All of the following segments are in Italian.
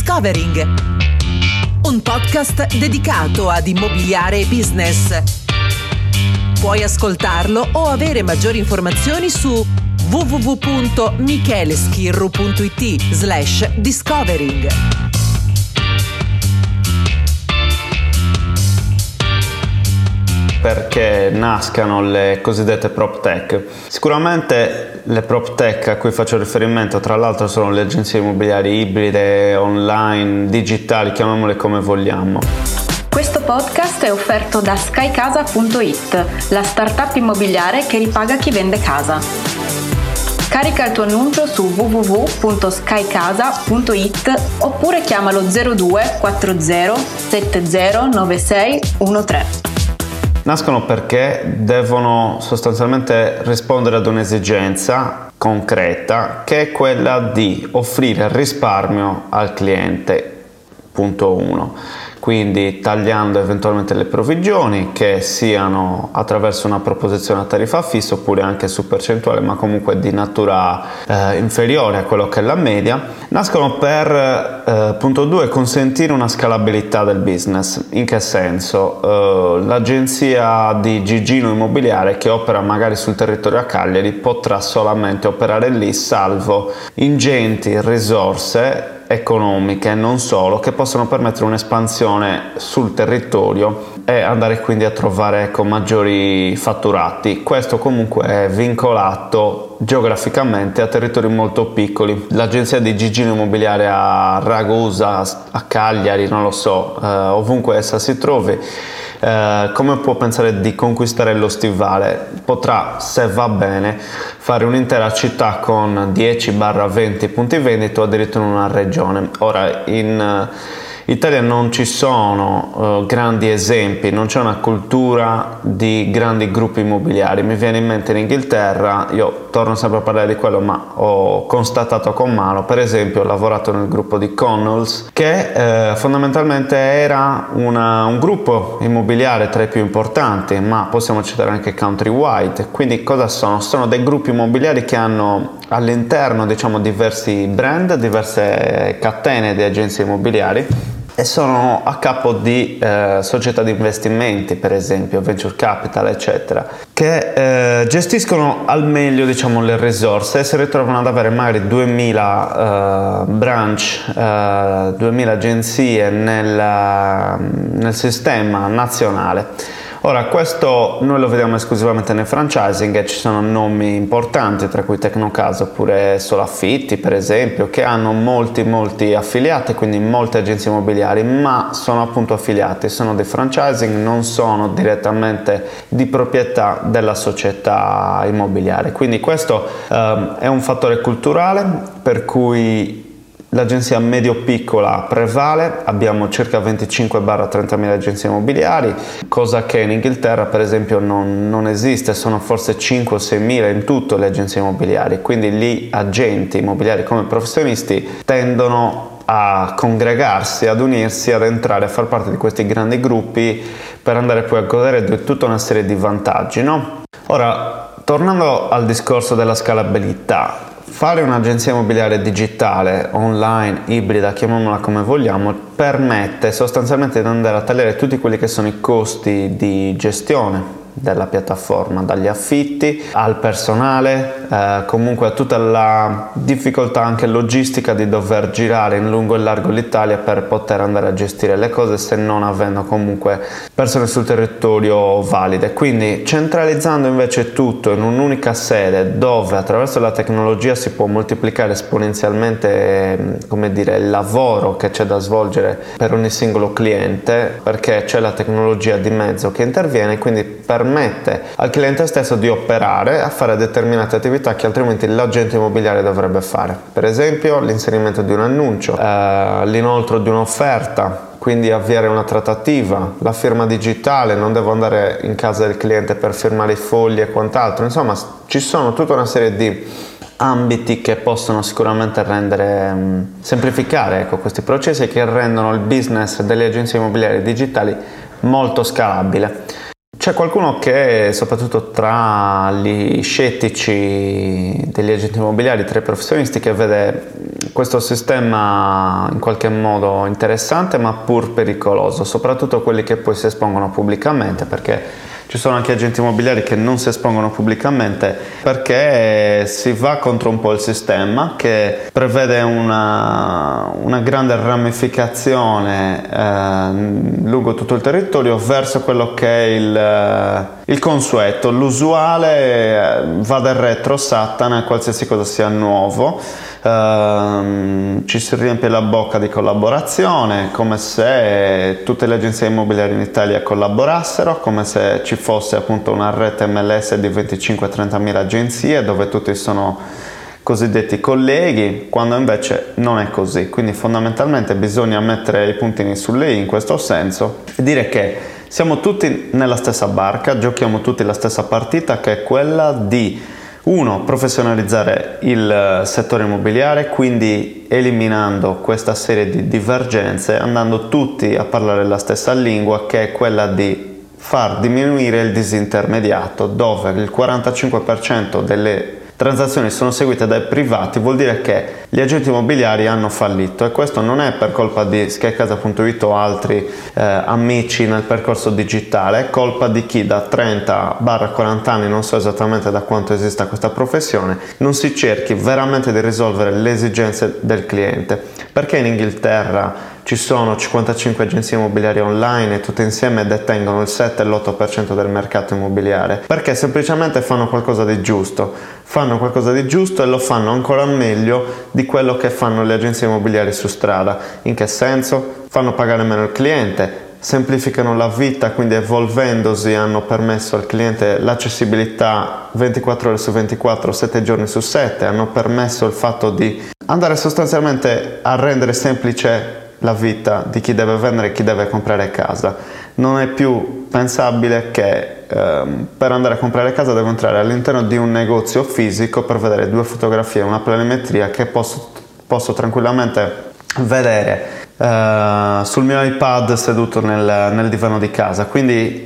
Discovering, un podcast dedicato ad immobiliare e business. Puoi ascoltarlo o avere maggiori informazioni su www.micheleschirru.it/discovering. Perché nascano le cosiddette prop tech. Sicuramente le prop tech a cui faccio riferimento, tra l'altro, sono le agenzie immobiliari ibride, online, digitali, chiamiamole come vogliamo. Questo podcast è offerto da skycasa.it, la startup immobiliare che ripaga chi vende casa. Carica il tuo annuncio su www.skycasa.it oppure chiamalo 02 40 70 96 13. Nascono perché devono sostanzialmente rispondere ad un'esigenza concreta, che è quella di offrire risparmio al cliente, punto 1. Quindi tagliando eventualmente le provvigioni, che siano attraverso una proposizione a tariffa fissa oppure anche su percentuale, ma comunque di natura inferiore a quello che è la media. Nascono per, punto 2, consentire una scalabilità del business. In che senso? L'agenzia di Gigino Immobiliare, che opera magari sul territorio a Cagliari, potrà solamente operare lì, salvo ingenti risorse economiche e non solo, che possono permettere un'espansione sul territorio e andare quindi a trovare maggiori fatturati. Questo comunque è vincolato geograficamente a territori molto piccoli. L'agenzia di Gigino Immobiliare a Ragusa, a Cagliari, non lo so, ovunque essa si trovi, come può pensare di conquistare lo stivale? Potrà, se va bene, fare un'intera città con 10-20 punti vendita o addirittura in una regione. Ora, in Italia non ci sono grandi esempi, non c'è una cultura di grandi gruppi immobiliari. Mi viene in mente in Inghilterra, io torno sempre a parlare di quello, ma ho constatato con mano, per esempio ho lavorato nel gruppo di Connells, che fondamentalmente era un gruppo immobiliare tra i più importanti, ma possiamo citare anche Countrywide. Quindi cosa sono? Sono dei gruppi immobiliari che hanno all'interno, diversi brand, diverse catene di agenzie immobiliari, e sono a capo di società di investimenti, per esempio venture capital, eccetera, che gestiscono al meglio le risorse e si ritrovano ad avere magari 2000 branch, 2000 agenzie nel sistema nazionale. Ora, questo noi lo vediamo esclusivamente nel franchising e ci sono nomi importanti, tra cui Tecnocasa oppure Solaffitti, per esempio, che hanno molti affiliati, quindi molte agenzie immobiliari, ma sono appunto affiliati, sono dei franchising, non sono direttamente di proprietà della società immobiliare. Quindi questo è un fattore culturale per cui l'agenzia medio-piccola prevale. Abbiamo circa 25-30.000 agenzie immobiliari, cosa che in Inghilterra per esempio non esiste, sono forse 5 o 6.000 in tutto le agenzie immobiliari, quindi gli agenti immobiliari come professionisti tendono a congregarsi, ad unirsi, ad entrare a far parte di questi grandi gruppi per andare poi a godere di tutta una serie di vantaggi, no? Ora, tornando al discorso della scalabilità, fare un'agenzia immobiliare digitale, online, ibrida, chiamiamola come vogliamo, permette sostanzialmente di andare a tagliare tutti quelli che sono i costi di gestione della piattaforma, dagli affitti al personale, comunque a tutta la difficoltà anche logistica di dover girare in lungo e largo l'Italia per poter andare a gestire le cose, se non avendo comunque persone sul territorio valide. Quindi centralizzando invece tutto in un'unica sede, dove attraverso la tecnologia si può moltiplicare esponenzialmente il lavoro che c'è da svolgere per ogni singolo cliente, perché c'è la tecnologia di mezzo che interviene, quindi permette al cliente stesso di operare, a fare determinate attività che altrimenti l'agente immobiliare dovrebbe fare. Per esempio l'inserimento di un annuncio, l'inoltro di un'offerta, quindi avviare una trattativa, la firma digitale, non devo andare in casa del cliente per firmare i fogli e quant'altro. Insomma, ci sono tutta una serie di ambiti che possono sicuramente semplificare questi processi, che rendono il business delle agenzie immobiliari digitali molto scalabile. C'è qualcuno che, soprattutto tra gli scettici degli agenti immobiliari, tra i professionisti, che vede questo sistema in qualche modo interessante ma pur pericoloso, soprattutto quelli che poi si espongono pubblicamente, perché ci sono anche agenti immobiliari che non si espongono pubblicamente perché si va contro un po' il sistema che prevede una grande ramificazione lungo tutto il territorio verso quello che è il consueto, l'usuale. Va del retro Satana, qualsiasi cosa sia nuovo. Ci si riempie la bocca di collaborazione, come se tutte le agenzie immobiliari in Italia collaborassero, come se ci fosse appunto una rete MLS di 25-30 mila agenzie dove tutti sono cosiddetti colleghi, quando invece non è così. Quindi fondamentalmente bisogna mettere i puntini sulle i in questo senso e dire che siamo tutti nella stessa barca, giochiamo tutti la stessa partita, che è quella di professionalizzare il settore immobiliare, quindi eliminando questa serie di divergenze, andando tutti a parlare la stessa lingua, che è quella di far diminuire il disintermediato, dove il 45% delle transazioni sono seguite dai privati. Vuol dire che gli agenti immobiliari hanno fallito, e questo non è per colpa di skycasa.it o altri amici nel percorso digitale, è colpa di chi da 30-40 anni, non so esattamente da quanto esista questa professione, non si cerchi veramente di risolvere le esigenze del cliente. Perché in Inghilterra ci sono 55 agenzie immobiliari online e tutte insieme detengono il 7 e l'8% del mercato immobiliare? Perché semplicemente fanno qualcosa di giusto e lo fanno ancora meglio di quello che fanno le agenzie immobiliari su strada. In che senso? Fanno pagare meno il cliente, semplificano la vita, quindi evolvendosi hanno permesso al cliente l'accessibilità 24 ore su 24, 7 giorni su 7, hanno permesso il fatto di andare sostanzialmente a rendere semplice la vita di chi deve vendere e chi deve comprare casa. Non è più pensabile che per andare a comprare casa devo entrare all'interno di un negozio fisico per vedere 2 fotografie, una planimetria che posso tranquillamente vedere sul mio iPad seduto nel divano di casa. Quindi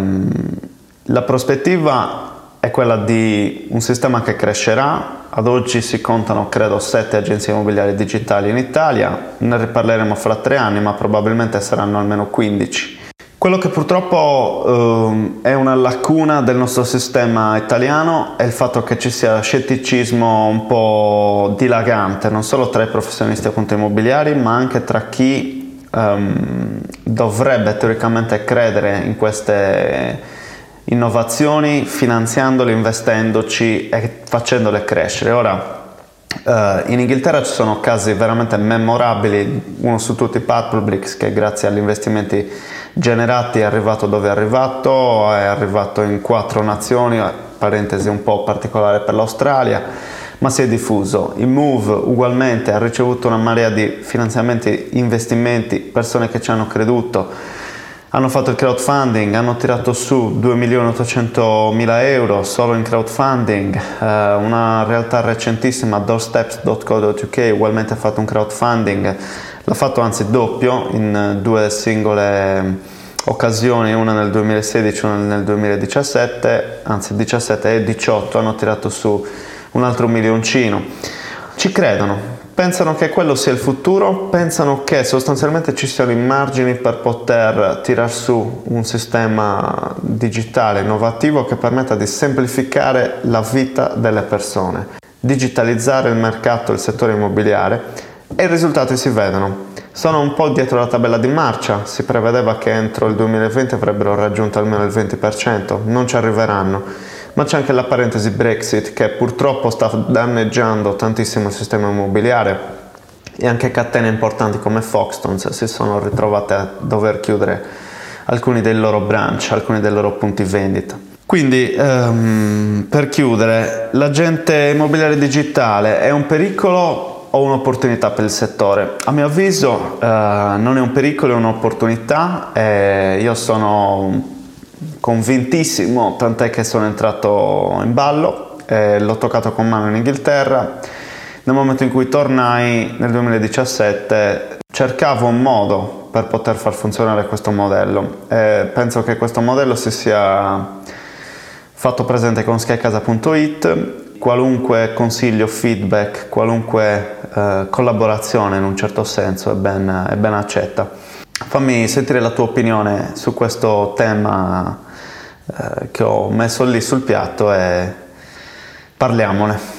la prospettiva è quella di un sistema che crescerà. Ad oggi si contano, credo, 7 agenzie immobiliari digitali in Italia, ne riparleremo fra 3 anni, ma probabilmente saranno almeno 15. Quello che purtroppo è una lacuna del nostro sistema italiano è il fatto che ci sia scetticismo un po' dilagante, non solo tra i professionisti appunto immobiliari, ma anche tra chi dovrebbe teoricamente credere in queste innovazioni, finanziandole, investendoci e facendole crescere. Ora, in Inghilterra ci sono casi veramente memorabili, uno su tutti Purplebricks, che grazie agli investimenti generati è arrivato dove è arrivato in 4 nazioni, parentesi un po' particolare per l'Australia, ma si è diffuso. Il Move ugualmente ha ricevuto una marea di finanziamenti, investimenti, persone che ci hanno creduto, hanno fatto il crowdfunding, hanno tirato su 2.800.000 euro solo in crowdfunding. Una realtà recentissima, doorsteps.co.uk, ugualmente ha fatto un crowdfunding, l'ha fatto anzi doppio in 2 singole occasioni, una nel 2016 e una nel 2017, anzi 17 e 18 hanno tirato su un altro milioncino. Ci credono. Pensano che quello sia il futuro, pensano che sostanzialmente ci siano i margini per poter tirar su un sistema digitale innovativo che permetta di semplificare la vita delle persone, digitalizzare il mercato, il settore immobiliare, e i risultati si vedono. Sono un po' dietro la tabella di marcia, si prevedeva che entro il 2020 avrebbero raggiunto almeno il 20%, non ci arriveranno. Ma c'è anche la parentesi Brexit che purtroppo sta danneggiando tantissimo il sistema immobiliare, e anche catene importanti come Foxtons si sono ritrovate a dover chiudere alcuni dei loro branch, alcuni dei loro punti vendita. Quindi per chiudere, l'agente immobiliare digitale è un pericolo o un'opportunità per il settore? A mio avviso non è un pericolo, è un'opportunità. Io sono convintissimo, tant'è che sono entrato in ballo, l'ho toccato con mano in Inghilterra. Nel momento in cui tornai nel 2017 cercavo un modo per poter far funzionare questo modello e penso che questo modello si sia fatto presente con skycasa.it. Qualunque consiglio, feedback, qualunque collaborazione in un certo senso è ben accetta. Fammi sentire la tua opinione su questo tema che ho messo lì sul piatto e parliamone.